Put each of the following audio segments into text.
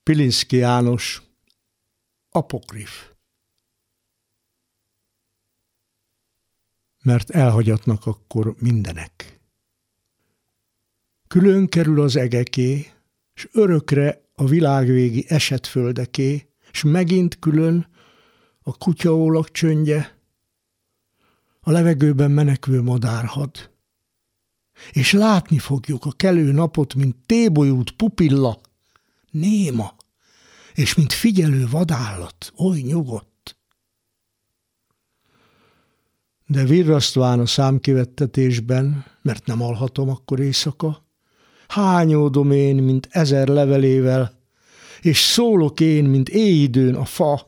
Pilinszky János, apokrif. Mert elhagyatnak akkor mindenek. Külön kerül az egeké, s örökre a világvégi esetföldeké, s megint külön a kutyaólak csöndje, a levegőben menekvő madárhad. És látni fogjuk a kelő napot, mint tébolyult pupilla, néma, és mint figyelő vadállat, oly nyugodt. De virrasztván a számkivettetésben, mert nem alhatom akkor éjszaka, hányódom én, mint 1000 levelével, és szólok én, mint éjidőn a fa.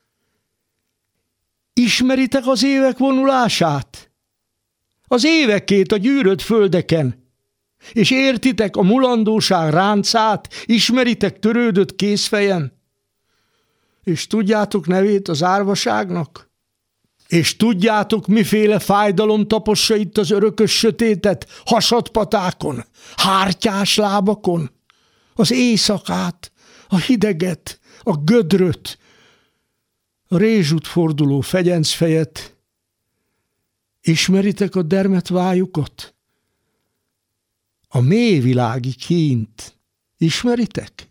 Ismeritek az évek vonulását? Az évekét a gyűrött földeken, és értitek a mulandóság ráncát, ismeritek törődött kézfejem? És tudjátok nevét az árvaságnak? És tudjátok, miféle fájdalom tapossa itt az örökös sötétet, hasadpatákon, hártyás lábakon, az éjszakát, a hideget, a gödröt, a rézsút forduló fegyencfejet? Ismeritek a dermetvájukat? A mélyvilági kínt ismeritek?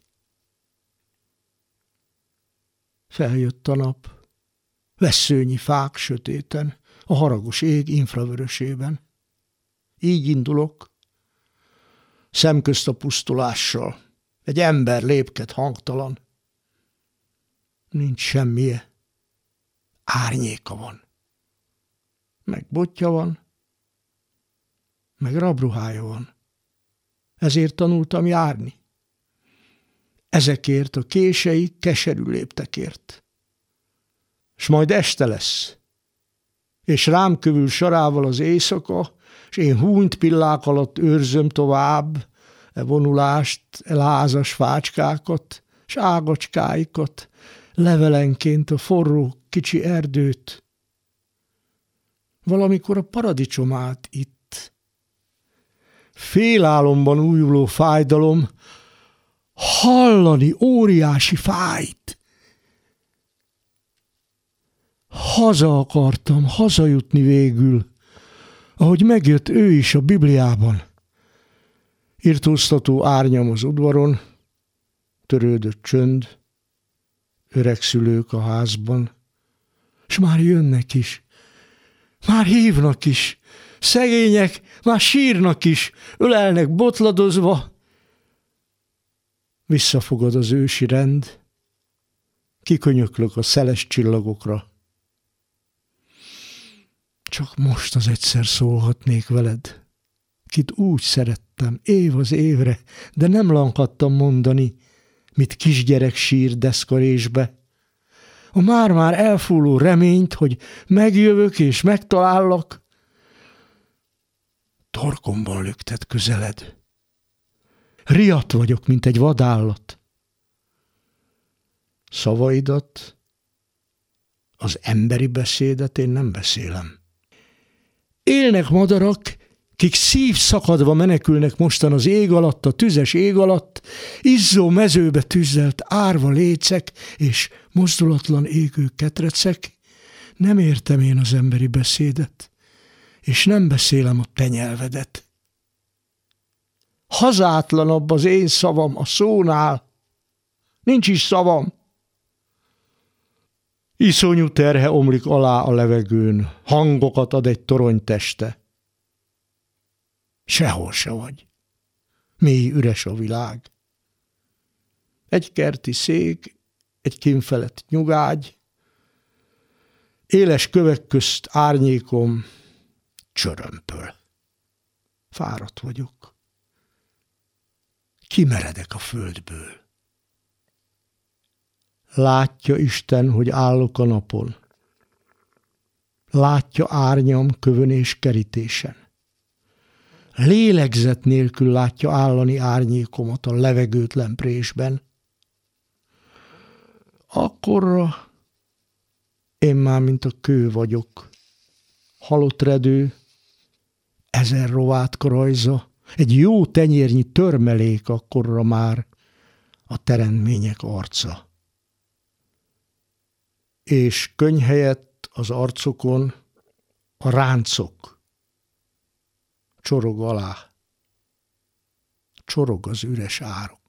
Feljött a nap, vesszőnyi fák sötéten, a haragos ég infravörösében. Így indulok, szemközt a pusztulással. Egy ember lépked hangtalan. Nincs semmije. Árnyéka van. Meg botja van, meg rabruhája van. Ezért tanultam járni. Ezekért a kései, keserű léptekért. S majd este lesz, és rám kövül sarával az éjszaka, s én húnyt pillák alatt őrzöm tovább e vonulást, e lázas fácskákat, s ágacskáikat, levelenként a forró kicsi erdőt. Valamikor a paradicsom állt itt. Félálomban újuló fájdalom, hallani óriási fájt. Haza akartam, hazajutni végül, ahogy megjött ő is a Bibliában. Irtóztató árnyam az udvaron, törődött csönd, öreg szülők a házban, s már jönnek is, már hívnak is, szegények már sírnak is, ölelnek botladozva. Visszafogad az ősi rend, kikönyöklök a szeles csillagokra. Csak most az egyszer szólhatnék veled, kit úgy szerettem év az évre, de nem lankadtam mondani, mit kisgyerek sír deszkarésbe. A már-már elfúló reményt, hogy megjövök és megtalállak, torkomban löktet közeled. Riadt vagyok, mint egy vadállat. Szavaidat, az emberi beszédet én nem beszélem. Élnek madarak, kik szívszakadva menekülnek mostan az ég alatt, a tüzes ég alatt, izzó mezőbe tüzzelt árva lécek és mozdulatlan égő ketrecek. Nem értem én az emberi beszédet, és nem beszélem a te nyelvedet. Hazátlanabb az én szavam a szónál. Nincs is szavam. Iszonyú terhe omlik alá a levegőn, hangokat ad egy torony teste. Sehol se vagy. Mély üres a világ. Egy kerti szék, egy kínfelett nyugágy, éles kövek közt árnyékom csörömpöl. Fáradt vagyok. Kimeredek a földből. Látja Isten, hogy állok a napon. Látja árnyam kövön és kerítésen. Lélegzet nélkül látja állani árnyékomat a levegőtlen présben. Akkorra én már mint a kő vagyok. Halott redő, 1000 rovátka rajza, egy jó tenyérnyi törmelék akkorra már a teremtmények arca. És könny helyett az arcokon a ráncok csorog alá, csorog az üres árok.